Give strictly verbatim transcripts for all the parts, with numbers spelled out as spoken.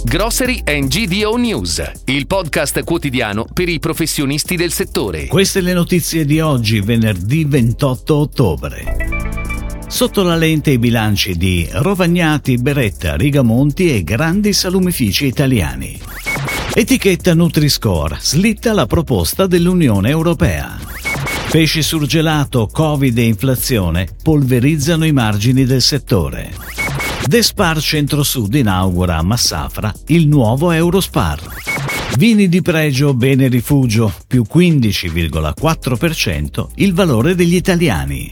Grocery and G D O News, il podcast quotidiano per i professionisti del settore. Queste le notizie di oggi, venerdì ventotto ottobre. Sotto la lente i bilanci di Rovagnati, Beretta, Rigamonti e grandi salumifici italiani. Etichetta Nutri-Score, slitta la proposta dell'Unione Europea. Pesce surgelato, Covid e inflazione polverizzano i margini del settore. Despar Centro-Sud inaugura a Massafra il nuovo Eurospar. Vini di pregio Bene Rifugio, più quindici virgola quattro per cento il valore degli italiani.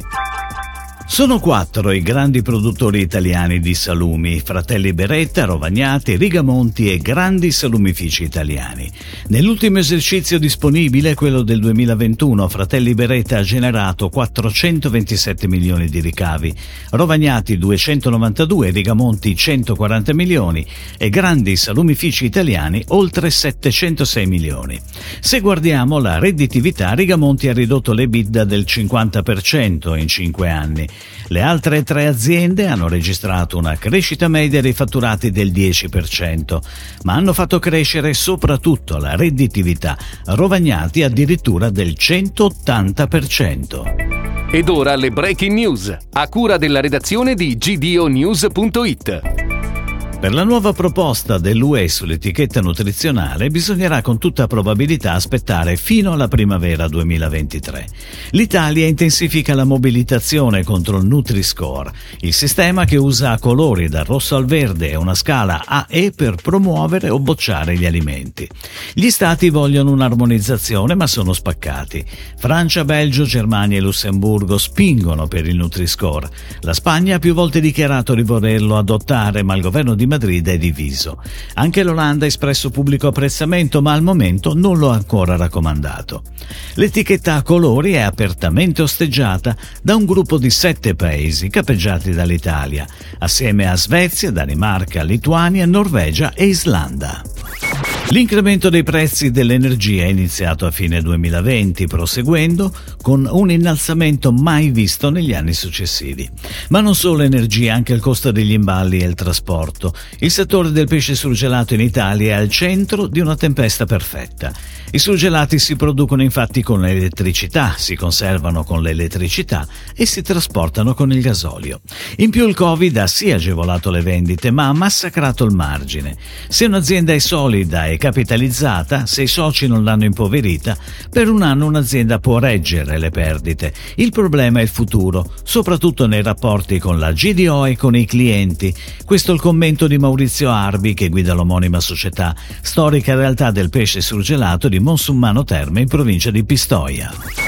Sono quattro i grandi produttori italiani di salumi, Fratelli Beretta, Rovagnati, Rigamonti e grandi salumifici italiani. Nell'ultimo esercizio disponibile, quello del duemilaventuno, Fratelli Beretta ha generato quattrocentoventisette milioni di ricavi, Rovagnati duecentonovantadue, Rigamonti centoquaranta milioni e grandi salumifici italiani oltre settecentosei milioni. Se guardiamo la redditività, Rigamonti ha ridotto l'EBITDA del cinquanta per cento in cinque anni. Le altre tre aziende hanno registrato una crescita media dei fatturati del dieci per cento, ma hanno fatto crescere soprattutto la redditività, Rovagnati addirittura del centottanta per cento. Ed ora le breaking news, a cura della redazione di G D O News punto it. Per la nuova proposta dell'U E sull'etichetta nutrizionale bisognerà con tutta probabilità aspettare fino alla primavera duemilaventitré. L'Italia intensifica la mobilitazione contro il Nutri-Score, il sistema che usa colori dal rosso al verde e una scala A E per promuovere o bocciare gli alimenti. Gli stati vogliono un'armonizzazione ma sono spaccati. Francia, Belgio, Germania e Lussemburgo spingono per il Nutri-Score. La Spagna ha più volte dichiarato di volerlo adottare, ma il governo di Madrid è diviso. Anche l'Olanda ha espresso pubblico apprezzamento, ma al momento non lo ha ancora raccomandato. L'etichetta a colori è apertamente osteggiata da un gruppo di sette paesi capeggiati dall'Italia, assieme a Svezia, Danimarca, Lituania, Norvegia e Islanda. L'incremento dei prezzi dell'energia è iniziato a fine duemilaventi, proseguendo con un innalzamento mai visto negli anni successivi. Ma non solo energia, anche il costo degli imballi e il trasporto. Il settore del pesce surgelato in Italia è al centro di una tempesta perfetta. I surgelati si producono infatti con l'elettricità, si conservano con l'elettricità e si trasportano con il gasolio. In più il Covid ha sì agevolato le vendite, ma ha massacrato il margine. Se un'azienda è solida e capitalizzata, se i soci non l'hanno impoverita, per un anno un'azienda può reggere le perdite. Il problema è il futuro, soprattutto nei rapporti con la G D O e con i clienti. Questo è il commento di Maurizio Arbi, che guida l'omonima società, storica realtà del pesce surgelato di Monsummano Terme in provincia di Pistoia.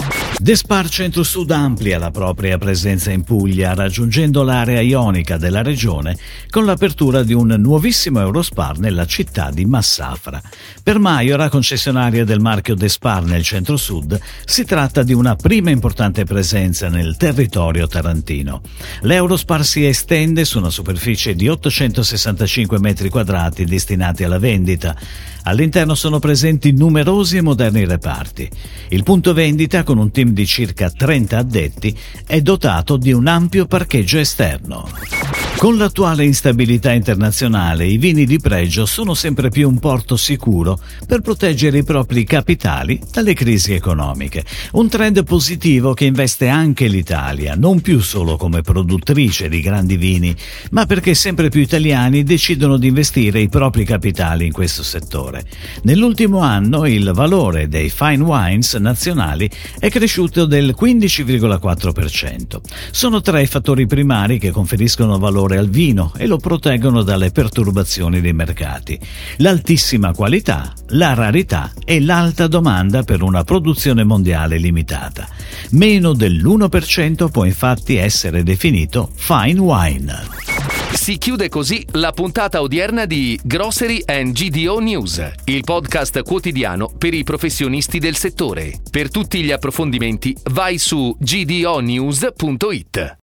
Despar Centro-Sud amplia la propria presenza in Puglia, raggiungendo l'area ionica della regione con l'apertura di un nuovissimo Eurospar nella città di Massafra. Per Maiora, concessionaria del marchio Despar nel Centro-Sud, si tratta di una prima importante presenza nel territorio tarantino. L'Eurospar si estende su una superficie di ottocentosessantacinque metri quadrati destinati alla vendita. All'interno sono presenti numerosi e moderni reparti. Il punto vendita, con un team di circa trenta addetti, è dotato di un ampio parcheggio esterno. Con l'attuale instabilità internazionale, i vini di pregio sono sempre più un porto sicuro per proteggere i propri capitali dalle crisi economiche. Un trend positivo che investe anche l'Italia, non più solo come produttrice di grandi vini, ma perché sempre più italiani decidono di investire i propri capitali in questo settore. Nell'ultimo anno il valore dei fine wines nazionali è cresciuto del quindici virgola quattro per cento. Sono tre i fattori primari che conferiscono valore al vino e lo proteggono dalle perturbazioni dei mercati: l'altissima qualità, la rarità e l'alta domanda per una produzione mondiale limitata. Meno dell'uno per cento può infatti essere definito fine wine. Si chiude così la puntata odierna di Grocery and G D O News, il podcast quotidiano per i professionisti del settore. Per tutti gli approfondimenti vai su G D O News punto it.